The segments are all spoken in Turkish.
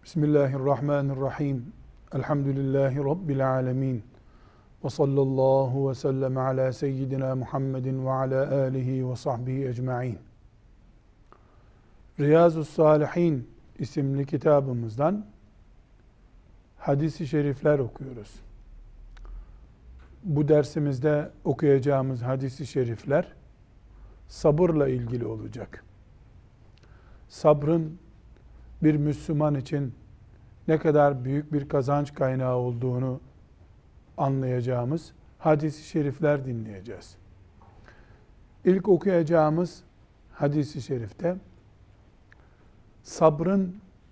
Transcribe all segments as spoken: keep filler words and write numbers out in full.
Bismillahirrahmanirrahim. Elhamdülillahi Rabbil alemin. Ve sallallahu ve sellem ala seyyidina Muhammedin ve ala alihi ve sahbihi ecma'in. Riyazu's-Salihin isimli kitabımızdan hadis-i şerifler okuyoruz. Bu dersimizde okuyacağımız hadis-i şerifler sabırla ilgili olacak. Sabrın bir Müslüman için ne kadar büyük bir kazanç kaynağı olduğunu anlayacağımız hadis-i şerifler dinleyeceğiz. İlk okuyacağımız hadis-i şerifte sabrın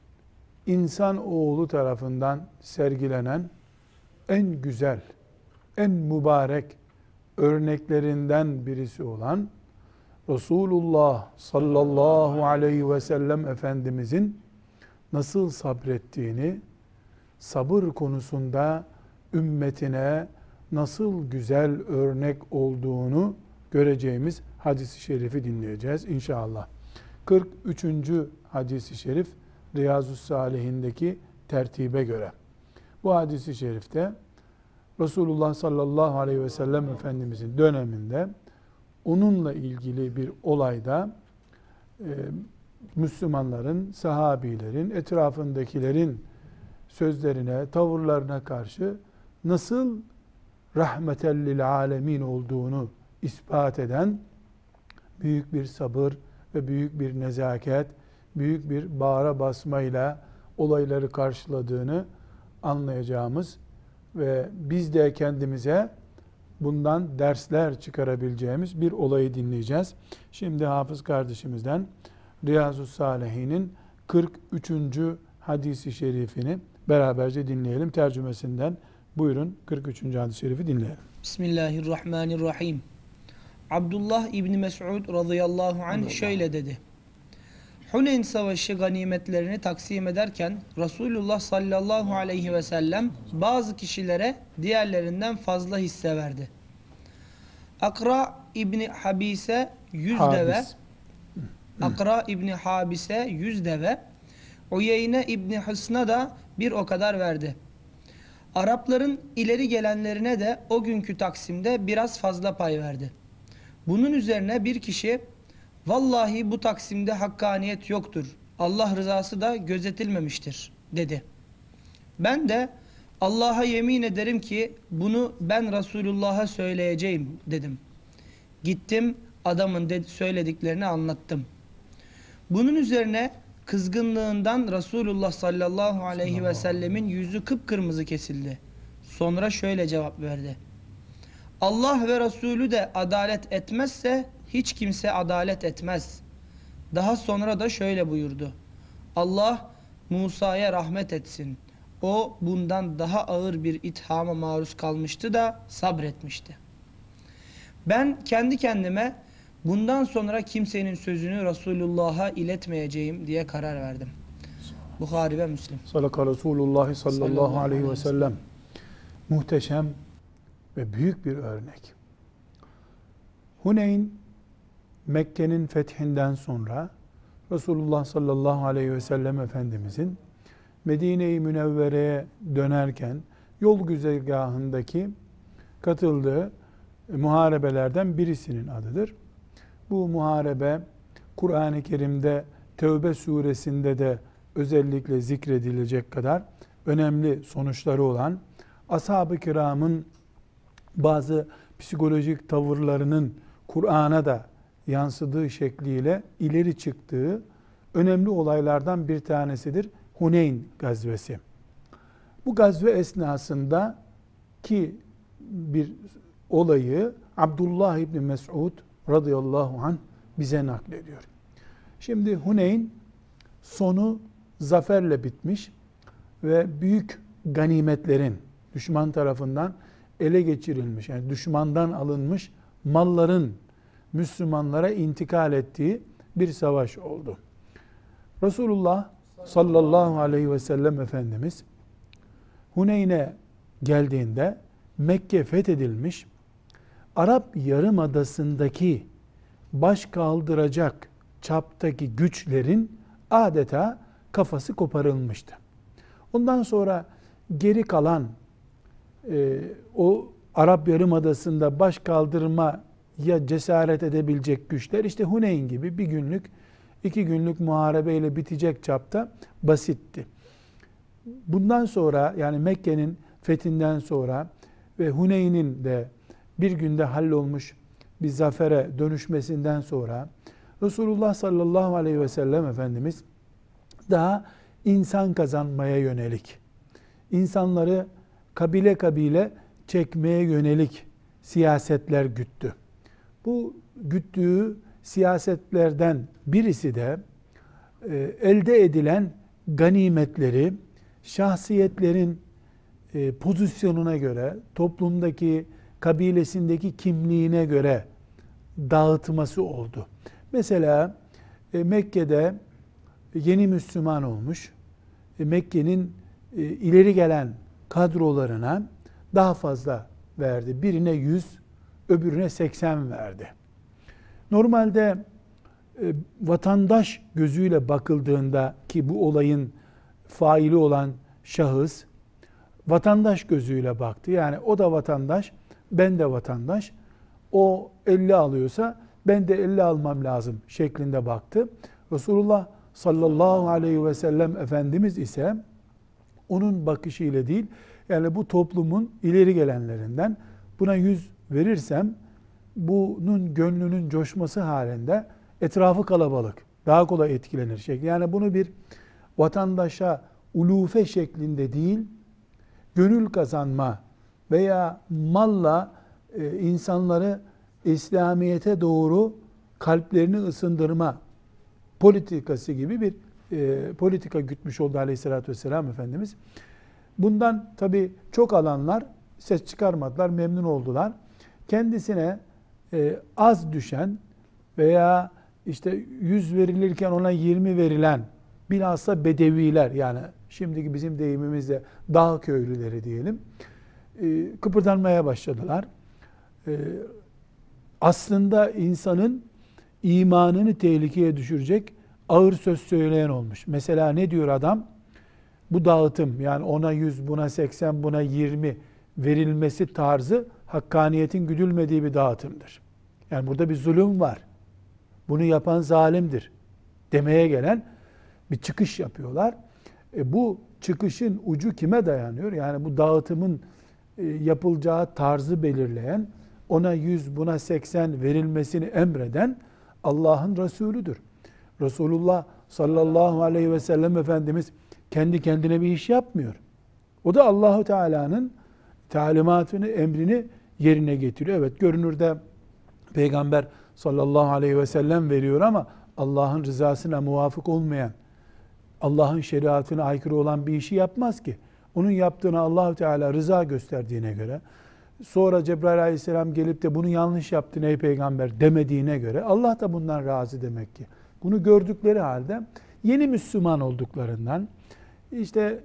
insan oğlu tarafından sergilenen en güzel, en mübarek örneklerinden birisi olan Resulullah sallallahu aleyhi ve sellem Efendimizin nasıl sabrettiğini, sabır konusunda ümmetine nasıl güzel örnek olduğunu göreceğimiz hadis-i şerifi dinleyeceğiz inşallah. kırk üçüncü hadis-i şerif Riyazu's-Salihin'deki tertibe göre. Bu hadis-i şerifte Resulullah sallallahu aleyhi ve sellem Efendimizin döneminde onunla ilgili bir olayda e, Müslümanların, sahabilerin, etrafındakilerin sözlerine, tavırlarına karşı nasıl rahmeten lil alemin olduğunu ispat eden büyük bir sabır ve büyük bir nezaket, büyük bir bağra basmayla olayları karşıladığını anlayacağımız ve biz de kendimize bundan dersler çıkarabileceğimiz bir olayı dinleyeceğiz. Şimdi Hafız kardeşimizden Riyazu's-Salihin'in kırk üçüncü hadisi şerifini beraberce dinleyelim. Tercümesinden buyurun kırk üçüncü hadis-i şerifi dinleyelim. Bismillahirrahmanirrahim. Abdullah İbni Mes'ud radıyallahu anh Allah şöyle dedi. Huneyn Savaşı ganimetlerini taksim ederken Resulullah sallallahu aleyhi ve sellem bazı kişilere diğerlerinden fazla hisse verdi. Akra İbni Habise yüz Habis. deve, Akra İbni Habise yüz deve, Uyeyne İbni Hısn'a da bir o kadar verdi. Arapların ileri gelenlerine de o günkü taksimde biraz fazla pay verdi. Bunun üzerine bir kişi, vallahi bu taksimde hakkaniyet yoktur, Allah rızası da gözetilmemiştir dedi. Ben de Allah'a yemin ederim ki bunu ben Resulullah'a söyleyeceğim dedim. Gittim adamın söylediklerini anlattım. Bunun üzerine kızgınlığından Resulullah sallallahu aleyhi ve sellemin yüzü kıpkırmızı kesildi. Sonra şöyle cevap verdi. Allah ve Resulü de adalet etmezse hiç kimse adalet etmez. Daha sonra da şöyle buyurdu. Allah Musa'ya rahmet etsin. O bundan daha ağır bir ithama maruz kalmıştı da sabretmişti. Ben kendi kendime bundan sonra kimsenin sözünü Resulullah'a iletmeyeceğim diye karar verdim. Buhari ve Müslim. Sadaka Resulullah sallallahu aleyhi ve sellem. Muhteşem ve büyük bir örnek. Huneyn, Mekke'nin fethinden sonra Resulullah sallallahu aleyhi ve sellem Efendimizin Medine-i Münevvere'ye dönerken yol güzergahındaki katıldığı muharebelerden birisinin adıdır. Bu muharebe Kur'an-ı Kerim'de Tevbe suresinde de özellikle zikredilecek kadar önemli sonuçları olan, ashab-ı kiramın bazı psikolojik tavırlarının Kur'an'a da yansıdığı şekliyle ileri çıktığı önemli olaylardan bir tanesidir Huneyn gazvesi. Bu gazve esnasında ki bir olayı Abdullah İbni Mes'ud radıyallahu anh bize naklediyor. Şimdi Huneyn sonu zaferle bitmiş ve büyük ganimetlerin düşman tarafından ele geçirilmiş, yani düşmandan alınmış malların Müslümanlara intikal ettiği bir savaş oldu. Resulullah sallallahu aleyhi ve sellem Efendimiz Huneyn'e geldiğinde Mekke fethedilmiş, Arap Yarımadası'ndaki baş kaldıracak çaptaki güçlerin adeta kafası koparılmıştı. Ondan sonra geri kalan e, o Arap Yarımadası'nda baş kaldırmaya cesaret edebilecek güçler işte Huneyn gibi bir günlük, iki günlük muharebeyle bitecek çapta basitti. Bundan sonra yani Mekke'nin fethinden sonra ve Huneyn'in de bir günde hallolmuş bir zafere dönüşmesinden sonra Resulullah sallallahu aleyhi ve sellem Efendimiz daha insan kazanmaya yönelik, insanları kabile kabile çekmeye yönelik siyasetler güttü. Bu güttüğü siyasetlerden birisi de e, elde edilen ganimetleri şahsiyetlerin e, pozisyonuna göre, toplumdaki, kabilesindeki kimliğine göre dağıtması oldu. Mesela e, Mekke'de yeni Müslüman olmuş, e, Mekke'nin e, ileri gelen kadrolarına daha fazla verdi. Birine yüz, öbürüne seksen verdi. Normalde e, vatandaş gözüyle bakıldığında ki bu olayın faili olan şahıs vatandaş gözüyle baktı. Yani o da vatandaş, ben de vatandaş. O elli alıyorsa ben de elli almam lazım şeklinde baktı. Resulullah sallallahu aleyhi ve sellem Efendimiz ise onun bakışıyla değil, yani bu toplumun ileri gelenlerinden buna yüz verirsem bunun gönlünün coşması halinde etrafı kalabalık, daha kolay etkilenir şekli. Yani bunu bir vatandaşa ulufe şeklinde değil, gönül kazanma veya malla e, insanları İslamiyet'e doğru kalplerini ısındırma politikası gibi bir e, politika gütmüş oldu Aleyhisselatü Vesselam Efendimiz. Bundan tabii çok alanlar ses çıkarmadılar, memnun oldular. Kendisine e, az düşen veya işte yüz verilirken ona yirmi verilen bilhassa bedeviler, yani şimdiki bizim deyimimizle dağ köylüleri diyelim, e, kıpırdanmaya başladılar. E, aslında insanın imanını tehlikeye düşürecek ağır söz söyleyen olmuş. Mesela ne diyor adam? Bu dağıtım, yani ona yüz, buna seksen, buna yirmi verilmesi tarzı hakkaniyetin güdülmediği bir dağıtımdır. Yani burada bir zulüm var. Bunu yapan zalimdir demeye gelen bir çıkış yapıyorlar. E bu çıkışın ucu kime dayanıyor? Yani bu dağıtımın e, yapılacağı tarzı belirleyen, ona yüz, buna seksen verilmesini emreden Allah'ın Resulüdür. Resulullah sallallahu aleyhi ve sellem Efendimiz kendi kendine bir iş yapmıyor. O da Allahu Teala'nın talimatını, emrini yerine getiriyor. Evet, görünürde Peygamber sallallahu aleyhi ve sellem veriyor ama Allah'ın rızasına muvafık olmayan, Allah'ın şeriatına aykırı olan bir işi yapmaz ki. Onun yaptığına Allah-u Teala rıza gösterdiğine göre, sonra Cebrail aleyhisselam gelip de bunu yanlış yaptın ey peygamber demediğine göre Allah da bundan razı demek ki. Bunu gördükleri halde yeni Müslüman olduklarından, işte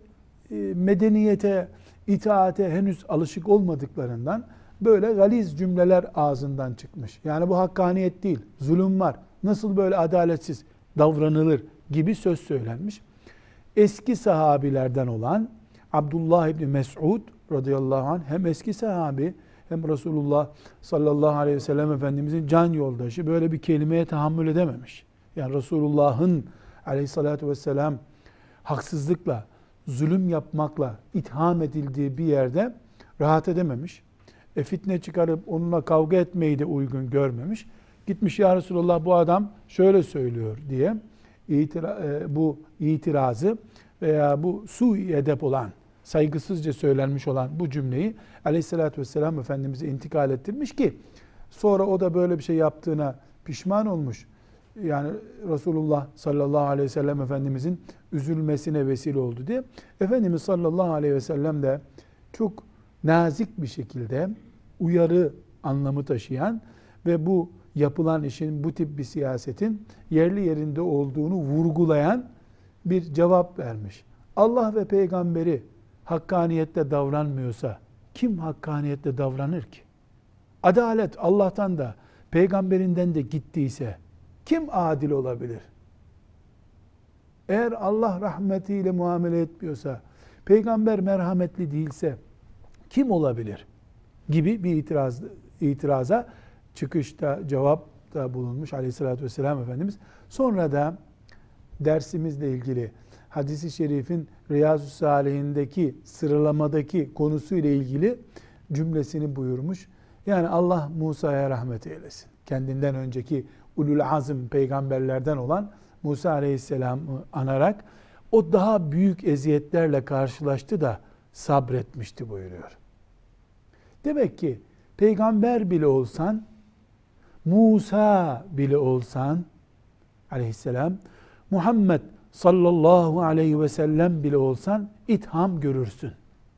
medeniyete, itaate henüz alışık olmadıklarından böyle galiz cümleler ağzından çıkmış. Yani bu hakkaniyet değil, zulüm var. Nasıl böyle adaletsiz davranılır gibi söz söylenmiş. Eski sahabilerden olan Abdullah İbni Mes'ud radıyallahu anh hem eski sahabi hem Resulullah sallallahu aleyhi ve sellem Efendimizin can yoldaşı, böyle bir kelimeye tahammül edememiş. Yani Resulullah'ın aleyhissalatü vesselam haksızlıkla, zulüm yapmakla itham edildiği bir yerde rahat edememiş. E fitne çıkarıp onunla kavga etmeyi de uygun görmemiş. Gitmiş, ya Resulullah bu adam şöyle söylüyor diye itira, e, bu itirazı veya bu sui edep olan, saygısızca söylenmiş olan bu cümleyi aleyhissalatü vesselam Efendimiz'e intikal ettirmiş ki sonra o da böyle bir şey yaptığına pişman olmuş. Yani Resulullah sallallahu aleyhi ve sellem Efendimizin üzülmesine vesile oldu diye. Efendimiz sallallahu aleyhi ve sellem de çok nazik bir şekilde uyarı anlamı taşıyan ve bu yapılan işin, bu tip bir siyasetin yerli yerinde olduğunu vurgulayan bir cevap vermiş. Allah ve peygamberi hakkaniyetle davranmıyorsa kim hakkaniyetle davranır ki? Adalet Allah'tan da peygamberinden de gittiyse kim adil olabilir? Eğer Allah rahmetiyle muamele etmiyorsa, Peygamber merhametli değilse kim olabilir? Gibi bir itiraz, itiraza çıkışta, cevapta bulunmuş aleyhissalatü vesselam Efendimiz. Sonra da dersimizle ilgili hadis-i şerifin Riyazu Salihindeki sıralamadaki konusuyla ilgili cümlesini buyurmuş. Yani Allah Musa'ya rahmet eylesin. Kendinden önceki ulul azm peygamberlerden olan Musa aleyhisselam'ı anarak o daha büyük eziyetlerle karşılaştı da sabretmişti buyuruyor. Demek ki peygamber bile olsan, Musa bile olsan aleyhisselam, Muhammed sallallahu aleyhi ve sellem bile olsan itham görürsün.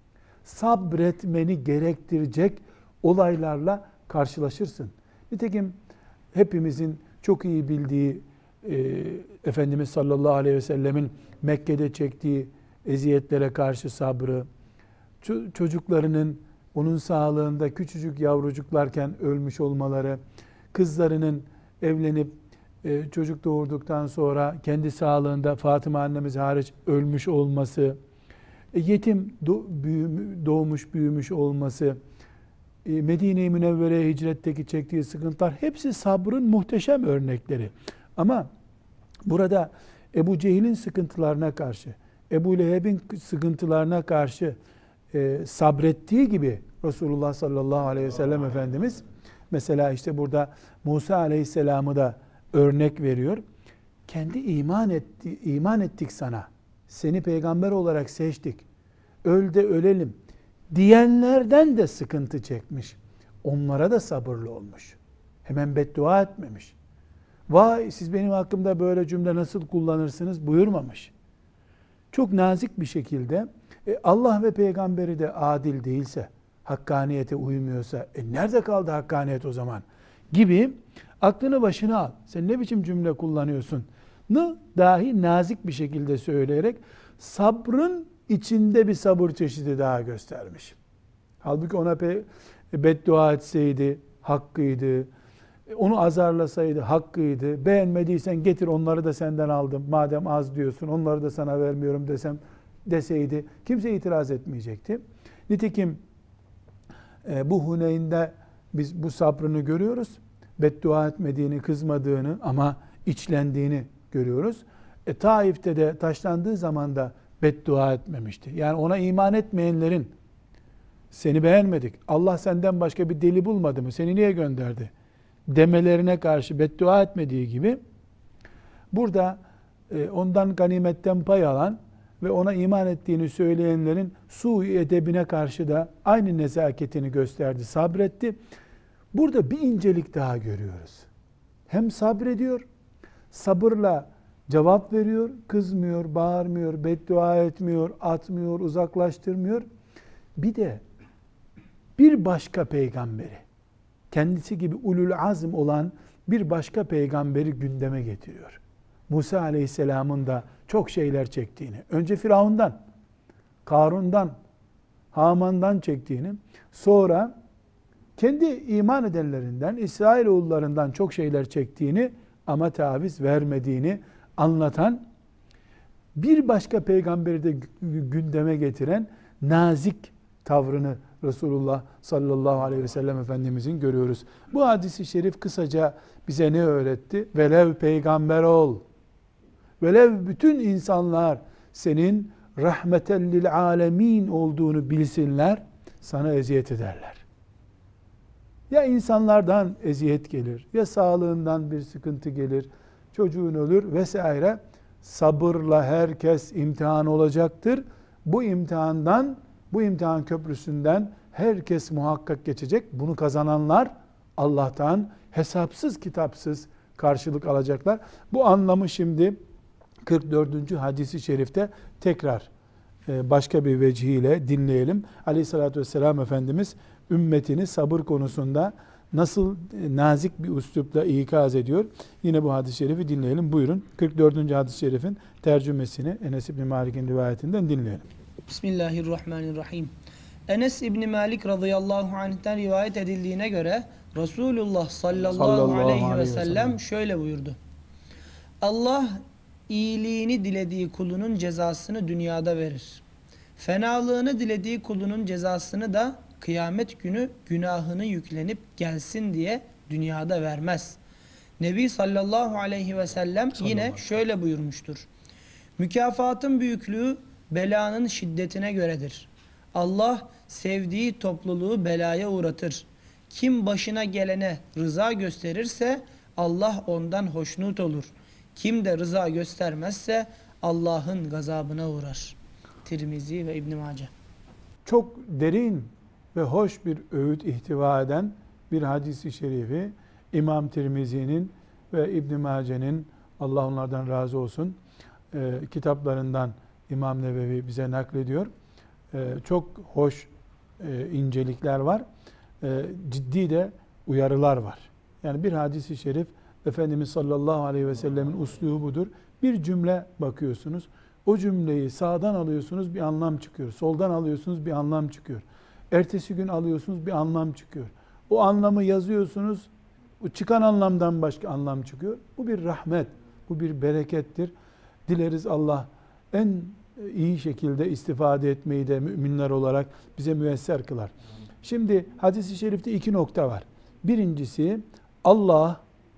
Sabretmeni gerektirecek olaylarla karşılaşırsın. Nitekim hepimizin çok iyi bildiği e, Efendimiz sallallahu aleyhi ve sellemin Mekke'de çektiği eziyetlere karşı sabrı, çocuklarının onun sağlığında küçücük yavrucuklarken ölmüş olmaları, kızlarının evlenip e, çocuk doğurduktan sonra kendi sağlığında Fatıma annemiz hariç ölmüş olması, e, yetim doğmuş büyümüş olması, e, Medine-i Münevvere'ye hicretteki çektiği sıkıntılar hepsi sabrın muhteşem örnekleri. Ama burada Ebu Cehil'in sıkıntılarına karşı, Ebu Leheb'in sıkıntılarına karşı e, sabrettiği gibi Resulullah sallallahu aleyhi ve sellem Efendimiz mesela işte burada Musa aleyhisselamı da örnek veriyor. Kendi iman etti, iman ettik sana. Seni peygamber olarak seçtik. Öl de ölelim diyenlerden de sıkıntı çekmiş. Onlara da sabırlı olmuş. Hemen beddua etmemiş. Vay siz benim hakkımda böyle cümle nasıl kullanırsınız buyurmamış. Çok nazik bir şekilde e, Allah ve peygamberi de adil değilse, hakkaniyete uymuyorsa, e nerede kaldı hakkaniyet o zaman? Gibi aklını başına al. Sen ne biçim cümle kullanıyorsun? Nı dahi nazik bir şekilde söyleyerek sabrın içinde bir sabır çeşidi daha göstermiş. Halbuki ona pe- beddua etseydi hakkıydı. Onu azarlasaydı hakkıydı. Beğenmediysen getir onları da senden aldım. Madem az diyorsun onları da sana vermiyorum desem deseydi kimse itiraz etmeyecekti. Nitekim e, bu Huneyn'de biz bu sabrını görüyoruz. Beddua etmediğini, kızmadığını ama içlendiğini görüyoruz. E, Taif'te de taşlandığı zaman da beddua etmemişti. Yani ona iman etmeyenlerin seni beğenmedik, Allah senden başka bir deli bulmadı mı, seni niye gönderdi demelerine karşı beddua etmediği gibi burada e, ondan ganimetten pay alan ve ona iman ettiğini söyleyenlerin su-i edebine karşı da aynı nezaketini gösterdi, sabretti. Burada bir incelik daha görüyoruz. Hem sabrediyor, sabırla cevap veriyor, kızmıyor, bağırmıyor, beddua etmiyor, atmıyor, uzaklaştırmıyor. Bir de bir başka peygamberi, kendisi gibi ulul azm olan bir başka peygamberi gündeme getiriyor. Musa aleyhisselamın da çok şeyler çektiğini, önce Firavundan, Karun'dan, Haman'dan çektiğini, sonra kendi iman edenlerinden, İsrailoğullarından çok şeyler çektiğini ama taviz vermediğini anlatan, bir başka peygamberi de gündeme getiren nazik tavrını Resulullah sallallahu aleyhi ve sellem Efendimizin görüyoruz. Bu hadis-i şerif kısaca bize ne öğretti? Velev peygamber ol, velev bütün insanlar senin rahmeten lil alemin olduğunu bilsinler, sana eziyet ederler. Ya insanlardan eziyet gelir, ya sağlığından bir sıkıntı gelir, çocuğun ölür vesaire. Sabırla herkes imtihan olacaktır. Bu imtihandan, bu imtihan köprüsünden herkes muhakkak geçecek. Bunu kazananlar Allah'tan hesapsız kitapsız karşılık alacaklar. Bu anlamı şimdi kırk dördüncü hadisi şerifte tekrar başka bir vecihiyle dinleyelim. Aleyhissalatü vesselam Efendimiz ümmetini sabır konusunda nasıl nazik bir üslupla ikaz ediyor. Yine bu hadis-i şerifi dinleyelim. Buyurun. kırk dördüncü hadis-i şerifin tercümesini Enes İbni Malik'in rivayetinden dinleyelim. Bismillahirrahmanirrahim. Enes İbni Malik radıyallahu anh'ten rivayet edildiğine göre Resulullah sallallahu, sallallahu aleyhi, aleyhi ve sellem şöyle buyurdu. Allah iyiliğini dilediği kulunun cezasını dünyada verir. Fenalığını dilediği kulunun cezasını da kıyamet günü günahını yüklenip gelsin diye dünyada vermez. Nebi sallallahu aleyhi ve sellem yine şöyle buyurmuştur. Mükafatın büyüklüğü belanın şiddetine göredir. Allah sevdiği topluluğu belaya uğratır. Kim başına gelene rıza gösterirse Allah ondan hoşnut olur. Kim de rıza göstermezse Allah'ın gazabına uğrar. Tirmizi ve İbn Mace. Çok derin ve hoş bir öğüt ihtiva eden bir hadis-i şerifi İmam Tirmizi'nin ve İbn Mace'nin, Allah onlardan razı olsun, e, kitaplarından İmam Nevevi bize naklediyor. E, çok hoş e, incelikler var. E, ciddi de uyarılar var. Yani bir hadis-i şerif Efendimiz sallallahu aleyhi ve sellemin uslubudur. Bir cümle bakıyorsunuz. O cümleyi sağdan alıyorsunuz, bir anlam çıkıyor. Soldan alıyorsunuz, bir anlam çıkıyor. Ertesi gün alıyorsunuz, bir anlam çıkıyor. O anlamı yazıyorsunuz, o çıkan anlamdan başka anlam çıkıyor. Bu bir rahmet, bu bir berekettir. Dileriz Allah en iyi şekilde istifade etmeyi de müminler olarak bize müyesser kılar. Şimdi hadis-i şerifte iki nokta var. Birincisi, Allah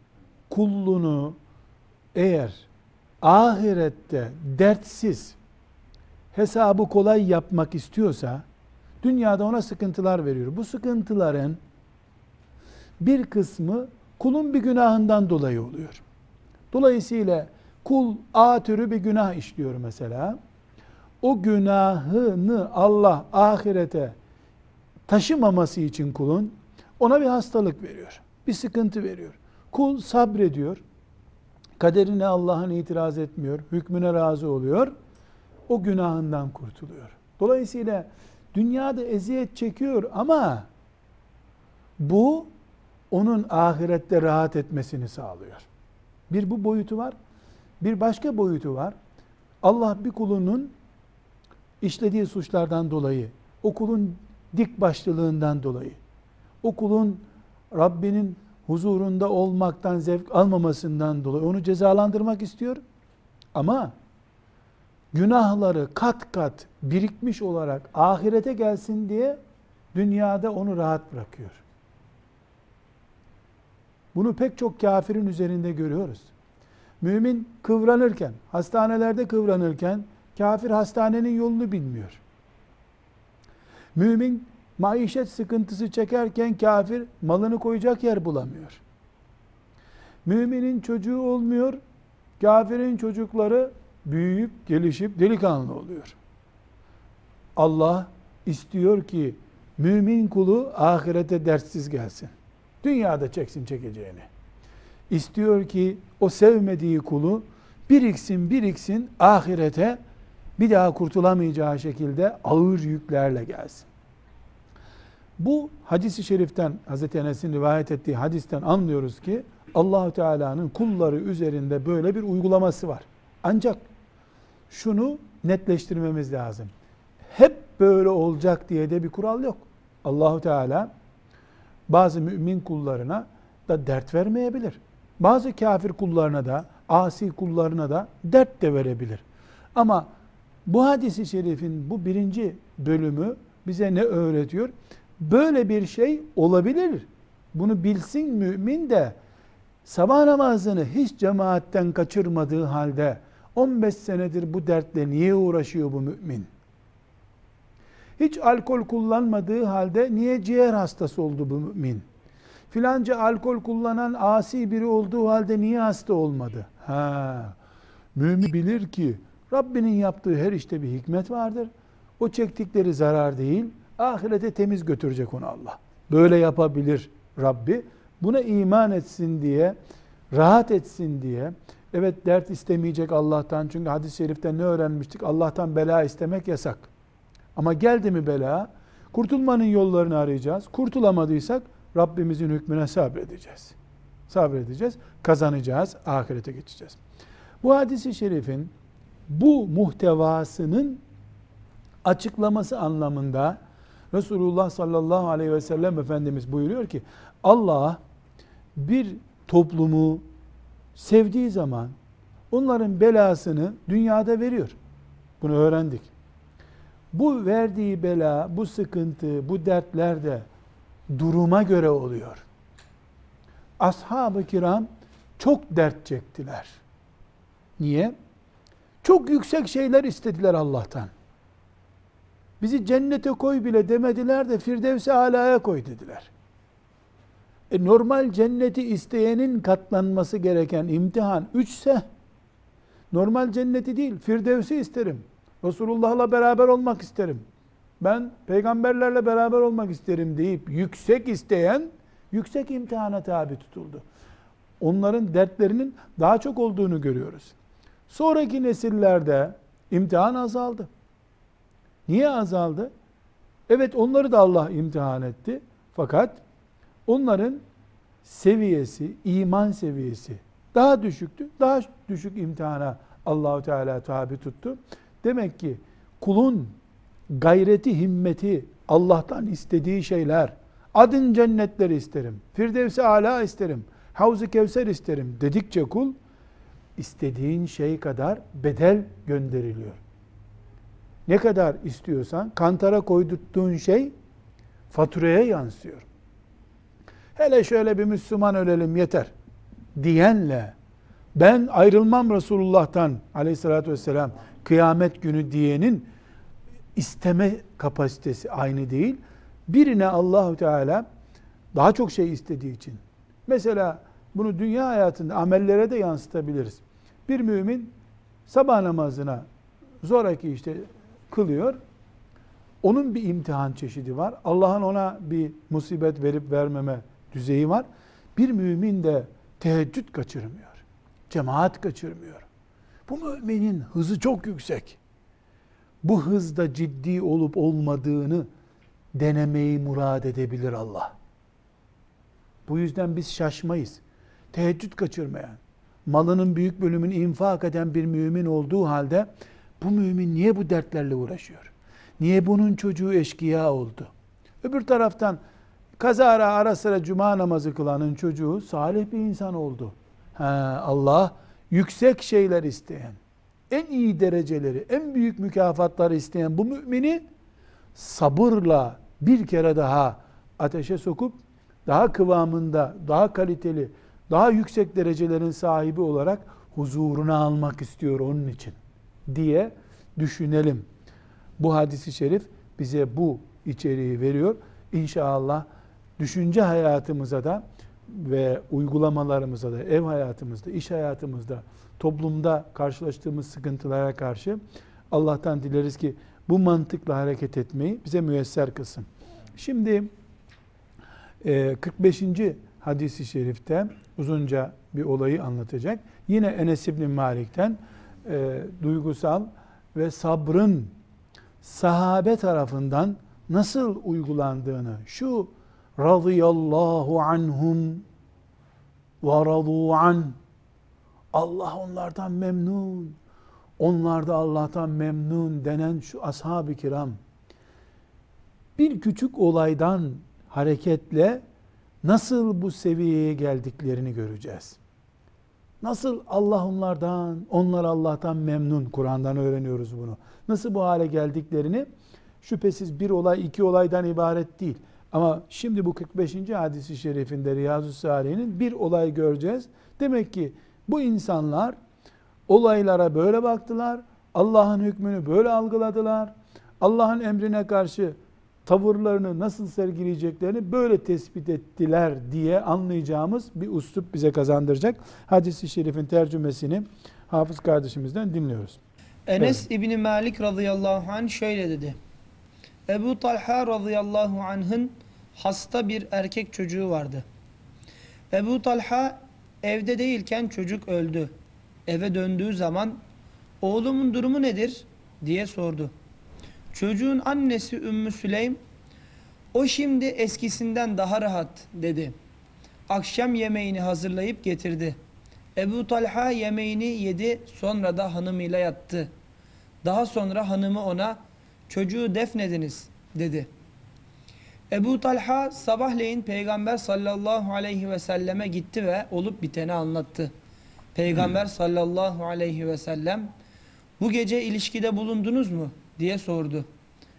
kulunu eğer ahirette dertsiz, hesabı kolay yapmak istiyorsa, dünyada ona sıkıntılar veriyor. Bu sıkıntıların bir kısmı kulun bir günahından dolayı oluyor. Dolayısıyla kul A türü bir günah işliyor mesela. O günahını Allah ahirete taşımaması için kulun ona bir hastalık veriyor. Bir sıkıntı veriyor. Kul sabrediyor. Kaderine Allah'ın itiraz etmiyor. Hükmüne razı oluyor. O günahından kurtuluyor. Dolayısıyla dünyada eziyet çekiyor ama bu onun ahirette rahat etmesini sağlıyor. Bir bu boyutu var. Bir başka boyutu var. Allah bir kulunun işlediği suçlardan dolayı, o kulun dik başlılığından dolayı, o kulun Rabbinin huzurunda olmaktan zevk almamasından dolayı onu cezalandırmak istiyor. Ama günahları kat kat birikmiş olarak ahirete gelsin diye dünyada onu rahat bırakıyor. Bunu pek çok kafirin üzerinde görüyoruz. Mümin kıvranırken, hastanelerde kıvranırken kafir hastanenin yolunu bilmiyor. Mümin maişet sıkıntısı çekerken kafir malını koyacak yer bulamıyor. Müminin çocuğu olmuyor, kafirin çocukları büyüyüp gelişip delikanlı oluyor. Allah istiyor ki mümin kulu ahirete dertsiz gelsin. Dünyada çeksin çekeceğini. İstiyor ki o sevmediği kulu biriksin biriksin ahirete bir daha kurtulamayacağı şekilde ağır yüklerle gelsin. Bu hadis-i şeriften, Hazreti Enes'in rivayet ettiği hadisten anlıyoruz ki Allah-u Teala'nın kulları üzerinde böyle bir uygulaması var. Ancak şunu netleştirmemiz lazım. Hep böyle olacak diye de bir kural yok. Allah-u Teala bazı mümin kullarına da dert vermeyebilir. Bazı kafir kullarına da, asi kullarına da dert de verebilir. Ama bu hadis-i şerifin bu birinci bölümü bize ne öğretiyor? Böyle bir şey olabilir. Bunu bilsin mümin de sabah namazını hiç cemaatten kaçırmadığı halde on beş senedir bu dertle niye uğraşıyor bu mümin? Hiç alkol kullanmadığı halde niye ciğer hastası oldu bu mümin? Filanca alkol kullanan asi biri olduğu halde niye hasta olmadı? Ha, mümin bilir ki Rabbinin yaptığı her işte bir hikmet vardır. O çektikleri zarar değil, ahirete temiz götürecek onu Allah. Böyle yapabilir Rabbi. Buna iman etsin diye, rahat etsin diye, evet dert istemeyecek Allah'tan. Çünkü hadis-i şerifte ne öğrenmiştik? Allah'tan bela istemek yasak. Ama geldi mi bela, kurtulmanın yollarını arayacağız. Kurtulamadıysak Rabbimizin hükmüne sabredeceğiz. Sabredeceğiz, kazanacağız, ahirete geçeceğiz. Bu hadis-i şerifin bu muhtevasının açıklaması anlamında Resulullah sallallahu aleyhi ve sellem Efendimiz buyuruyor ki Allah bir toplumu sevdiği zaman onların belasını dünyada veriyor. Bunu öğrendik. Bu verdiği bela, bu sıkıntı, bu dertler de duruma göre oluyor. Ashab-ı kiram çok dert çektiler. Niye? Çok yüksek şeyler istediler Allah'tan. Bizi cennete koy bile demediler de Firdevs-i Ala'ya koy dediler. E normal cenneti isteyenin katlanması gereken imtihan üçse, normal cenneti değil, Firdevs'i isterim. Resulullah'la beraber olmak isterim. Ben peygamberlerle beraber olmak isterim deyip yüksek isteyen, yüksek imtihana tabi tutuldu. Onların dertlerinin daha çok olduğunu görüyoruz. Sonraki nesillerde imtihan azaldı. Niye azaldı? Evet, onları da Allah imtihan etti. Fakat onların seviyesi, iman seviyesi daha düşüktü. Daha düşük imtihana Allahu Teala tabi tuttu. Demek ki kulun gayreti, himmeti, Allah'tan istediği şeyler, adın cennetleri isterim, Firdevs-i Ala isterim, Havz-ı Kevser isterim dedikçe kul, istediğin şey kadar bedel gönderiliyor. Ne kadar istiyorsan, kantara koydurttuğun şey faturaya yansıyor. Hele şöyle bir Müslüman ölelim yeter diyenle, ben ayrılmam Resulullah'tan aleyhissalatü vesselam kıyamet günü diyenin isteme kapasitesi aynı değil. Birine Allahu Teala daha çok şey istediği için, mesela bunu dünya hayatında amellere de yansıtabiliriz. Bir mümin sabah namazına zoraki işte kılıyor. Onun bir imtihan çeşidi var. Allah'ın ona bir musibet verip vermeme düzeyi var. Bir mümin de teheccüd kaçırmıyor. Cemaat kaçırmıyor. Bu müminin hızı çok yüksek. Bu hızda ciddi olup olmadığını denemeyi murad edebilir Allah. Bu yüzden biz şaşmayız. Teheccüd kaçırmayan, malının büyük bölümünü infak eden bir mümin olduğu halde, bu mümin niye bu dertlerle uğraşıyor? Niye bunun çocuğu eşkıya oldu? Öbür taraftan kazara ara sıra cuma namazı kılanın çocuğu salih bir insan oldu. Ha, Allah yüksek şeyler isteyen, en iyi dereceleri, en büyük mükafatları isteyen bu mümini sabırla bir kere daha ateşe sokup daha kıvamında, daha kaliteli, daha yüksek derecelerin sahibi olarak huzuruna almak istiyor onun için diye düşünelim. Bu hadis-i şerif bize bu içeriği veriyor. İnşallah düşünce hayatımıza da ve uygulamalarımıza da, ev hayatımızda, iş hayatımızda, toplumda karşılaştığımız sıkıntılara karşı Allah'tan dileriz ki bu mantıkla hareket etmeyi bize müyesser kılsın. Şimdi kırk beşinci hadis-i şerifte uzunca bir olayı anlatacak. Yine Enes İbn Malik'ten e, duygusal ve sabrın sahabe tarafından nasıl uygulandığını, şu radıyallahu anhum ve radu an, Allah onlardan memnun, onlar da Allah'tan memnun denen şu ashab-ı kiram, bir küçük olaydan hareketle nasıl bu seviyeye geldiklerini göreceğiz. Nasıl Allah onlardan, onlar Allah'tan memnun, Kur'an'dan öğreniyoruz bunu. Nasıl bu hale geldiklerini, şüphesiz bir olay, iki olaydan ibaret değil. Ama şimdi bu kırk beşinci hadis-i şerifinde Riyazu Salihin'in bir olay göreceğiz. Demek ki bu insanlar olaylara böyle baktılar, Allah'ın hükmünü böyle algıladılar, Allah'ın emrine karşı tavırlarını nasıl sergileyeceklerini böyle tespit ettiler diye anlayacağımız bir üslup bize kazandıracak. Hadis-i şerifin tercümesini Hafız kardeşimizden dinliyoruz. Enes Evet. İbni Malik radıyallahu anh şöyle dedi. Ebu Talha radıyallahu anh'ın hasta bir erkek çocuğu vardı. Ebu Talha evde değilken çocuk öldü. Eve döndüğü zaman oğlumun durumu nedir diye sordu. Çocuğun annesi Ümmü Süleym, o şimdi eskisinden daha rahat dedi. Akşam yemeğini hazırlayıp getirdi. Ebu Talha yemeğini yedi, sonra da hanımıyla yattı. Daha sonra hanımı ona, çocuğu defnediniz dedi. Ebu Talha sabahleyin Peygamber sallallahu aleyhi ve selleme gitti ve olup biteni anlattı. Peygamber sallallahu aleyhi ve sellem, bu gece ilişkide bulundunuz mu diye sordu.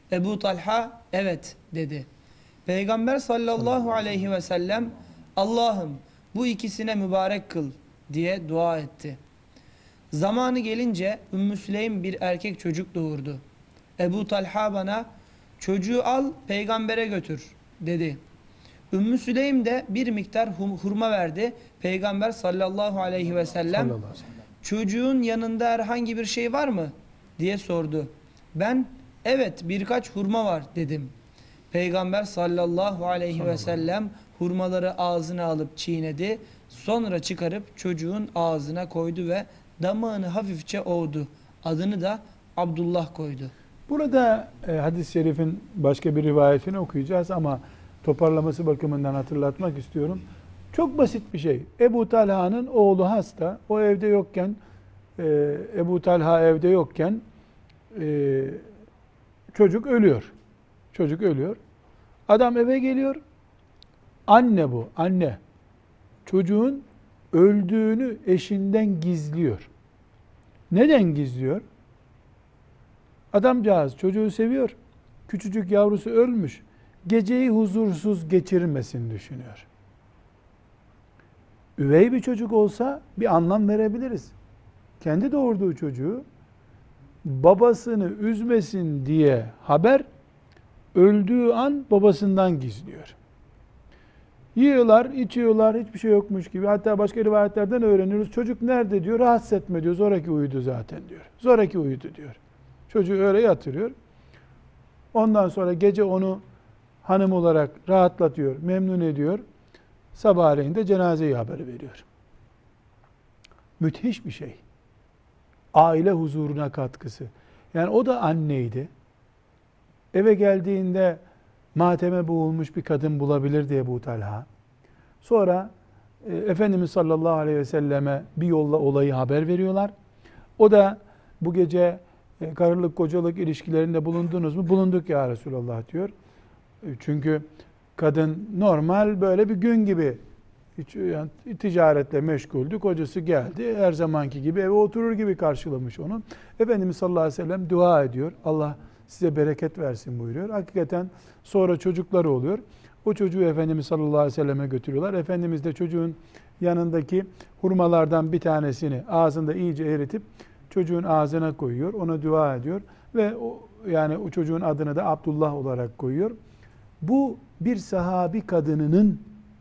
Ebu Talha evet dedi. Peygamber sallallahu aleyhi ve sellem Allah'ım bu ikisine mübarek kıl diye dua etti. Zamanı gelince Ümmü Süleym bir erkek çocuk doğurdu. Ebu Talha bana çocuğu al peygambere götür dedi. Ümmü Süleym de bir miktar hurma verdi. Peygamber sallallahu aleyhi ve sellem Sallallahu aleyhi ve sellem. çocuğun yanında herhangi bir şey var mı diye sordu. Ben evet birkaç hurma var dedim. Peygamber sallallahu aleyhi ve sellem hurmaları ağzına alıp çiğnedi. Sonra çıkarıp çocuğun ağzına koydu ve damağını hafifçe ovdu. Adını da Abdullah koydu. Burada e, hadis-i şerifin başka bir rivayetini okuyacağız ama toparlaması bakımından hatırlatmak istiyorum. Çok basit bir şey. Ebu Talha'nın oğlu hasta. O evde yokken, e, Ebu Talha evde yokken e, çocuk ölüyor. Çocuk ölüyor. Adam eve geliyor. Anne bu, anne. Çocuğun öldüğünü eşinden gizliyor. Neden gizliyor? Adamcağız çocuğu seviyor. Küçücük yavrusu ölmüş. Geceyi huzursuz geçirmesin düşünüyor. Üvey bir çocuk olsa bir anlam verebiliriz. Kendi doğurduğu çocuğu babasını üzmesin diye haber öldüğü an babasından gizliyor. Yiyorlar, içiyorlar, hiçbir şey yokmuş gibi. Hatta başka rivayetlerden öğreniyoruz. Çocuk nerede diyor, rahatsız etme diyor. Zoraki uyudu zaten diyor. Zoraki uyudu diyor. Çocuğu öyle yatırıyor. Ondan sonra gece onu hanım olarak rahatlatıyor, memnun ediyor. Sabahleyin de cenazeyi haber veriyor. Müthiş bir şey. Aile huzuruna katkısı. Yani o da anneydi. Eve geldiğinde mateme boğulmuş bir kadın bulabilir diye Ebu Talha. Sonra e, Efendimiz sallallahu aleyhi ve selleme bir yolla olayı haber veriyorlar. O da bu gece e, karılık kocalık ilişkilerinde bulundunuz mu? Bulunduk ya Resulallah diyor. E, çünkü kadın normal böyle bir gün gibi hiç, yani, ticaretle meşguldü. Kocası geldi. Her zamanki gibi eve oturur gibi karşılamış onu. Efendimiz sallallahu aleyhi ve sellem dua ediyor. Allah size bereket versin buyuruyor. Hakikaten sonra çocukları oluyor. O çocuğu Efendimiz sallallahu aleyhi ve selleme götürüyorlar. Efendimiz de çocuğun yanındaki hurmalardan bir tanesini ağzında iyice eritip çocuğun ağzına koyuyor. Ona dua ediyor ve o, yani o çocuğun adını da Abdullah olarak koyuyor. Bu bir sahabi kadınının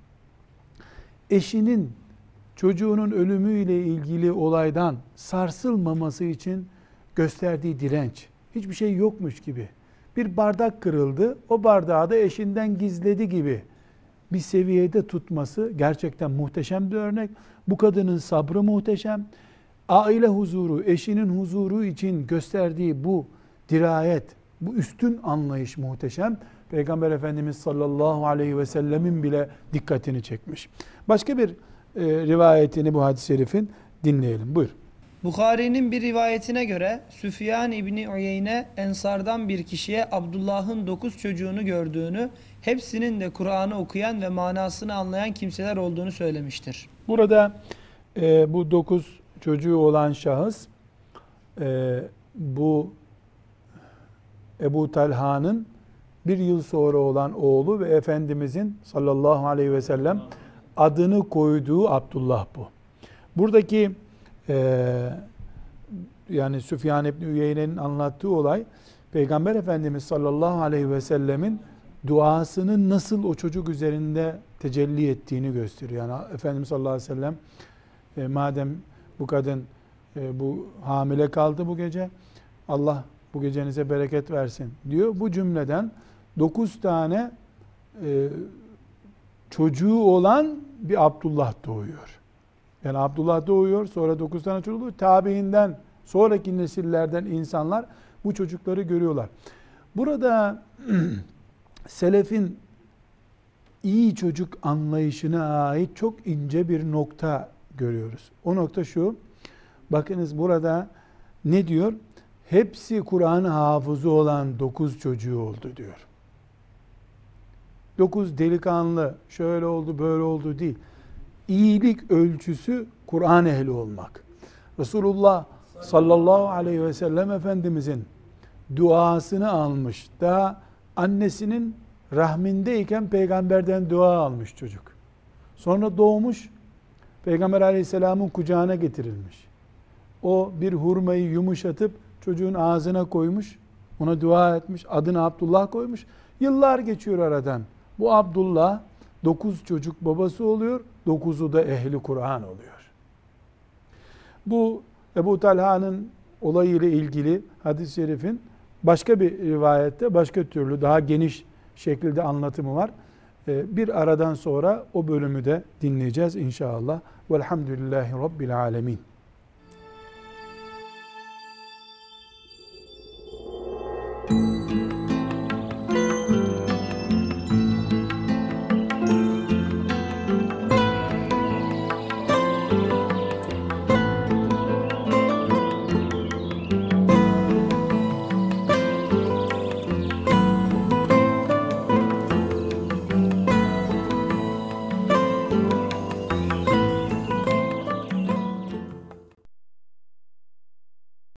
eşinin çocuğunun ölümüyle ilgili olaydan sarsılmaması için gösterdiği direnç. Hiçbir şey yokmuş gibi. Bir bardak kırıldı, o bardağı da eşinden gizledi gibi bir seviyede tutması gerçekten muhteşem bir örnek. Bu kadının sabrı muhteşem. Aile huzuru, eşinin huzuru için gösterdiği bu dirayet, bu üstün anlayış muhteşem. Peygamber Efendimiz sallallahu aleyhi ve sellemin bile dikkatini çekmiş. Başka bir e, rivayetini bu hadis-i şerifin dinleyelim. Buyur. Bukhari'nin bir rivayetine göre Süfyan İbni Uyeyne Ensardan bir kişiye Abdullah'ın dokuz çocuğunu gördüğünü, hepsinin de Kur'an'ı okuyan ve manasını anlayan kimseler olduğunu söylemiştir. Burada e, bu dokuz çocuğu olan şahıs e, bu Ebu Talha'nın bir yıl sonra olan oğlu ve Efendimizin sallallahu aleyhi ve sellem adını koyduğu Abdullah bu. Buradaki Ee, yani Süfyan İbni Üyeyne'nin anlattığı olay Peygamber Efendimiz sallallahu aleyhi ve sellemin duasının nasıl o çocuk üzerinde tecelli ettiğini gösteriyor. Yani Efendimiz sallallahu aleyhi ve sellem e, madem bu kadın e, bu hamile kaldı bu gece, Allah bu gecenize bereket versin diyor. Bu cümleden dokuz tane e, çocuğu olan bir Abdullah doğuyor. Yani Abdullah doğuyor, sonra dokuz tane çocuk oluyor. Tabiinden, sonraki nesillerden insanlar bu çocukları görüyorlar. Burada selefin iyi çocuk anlayışına ait çok ince bir nokta görüyoruz. O nokta şu, bakınız burada ne diyor? Hepsi Kur'an hafızı olan dokuz çocuğu oldu diyor. Dokuz delikanlı, şöyle oldu, böyle oldu değil. İyilik ölçüsü Kur'an ehli olmak. Resulullah sallallahu aleyhi ve sellem Efendimizin duasını almış. Daha annesinin rahmindeyken peygamberden dua almış çocuk. Sonra doğmuş, Peygamber aleyhisselamın kucağına getirilmiş. O bir hurmayı yumuşatıp çocuğun ağzına koymuş, ona dua etmiş, adını Abdullah koymuş. Yıllar geçiyor aradan. Bu Abdullah dokuz çocuk babası oluyor, dokuzu da ehli Kur'an oluyor. Bu Ebu Talha'nın olayı ile ilgili hadis-i şerifin başka bir rivayette, başka türlü daha geniş şekilde anlatımı var. Bir aradan sonra o bölümü de dinleyeceğiz inşallah. Velhamdülillahi Rabbil alemin.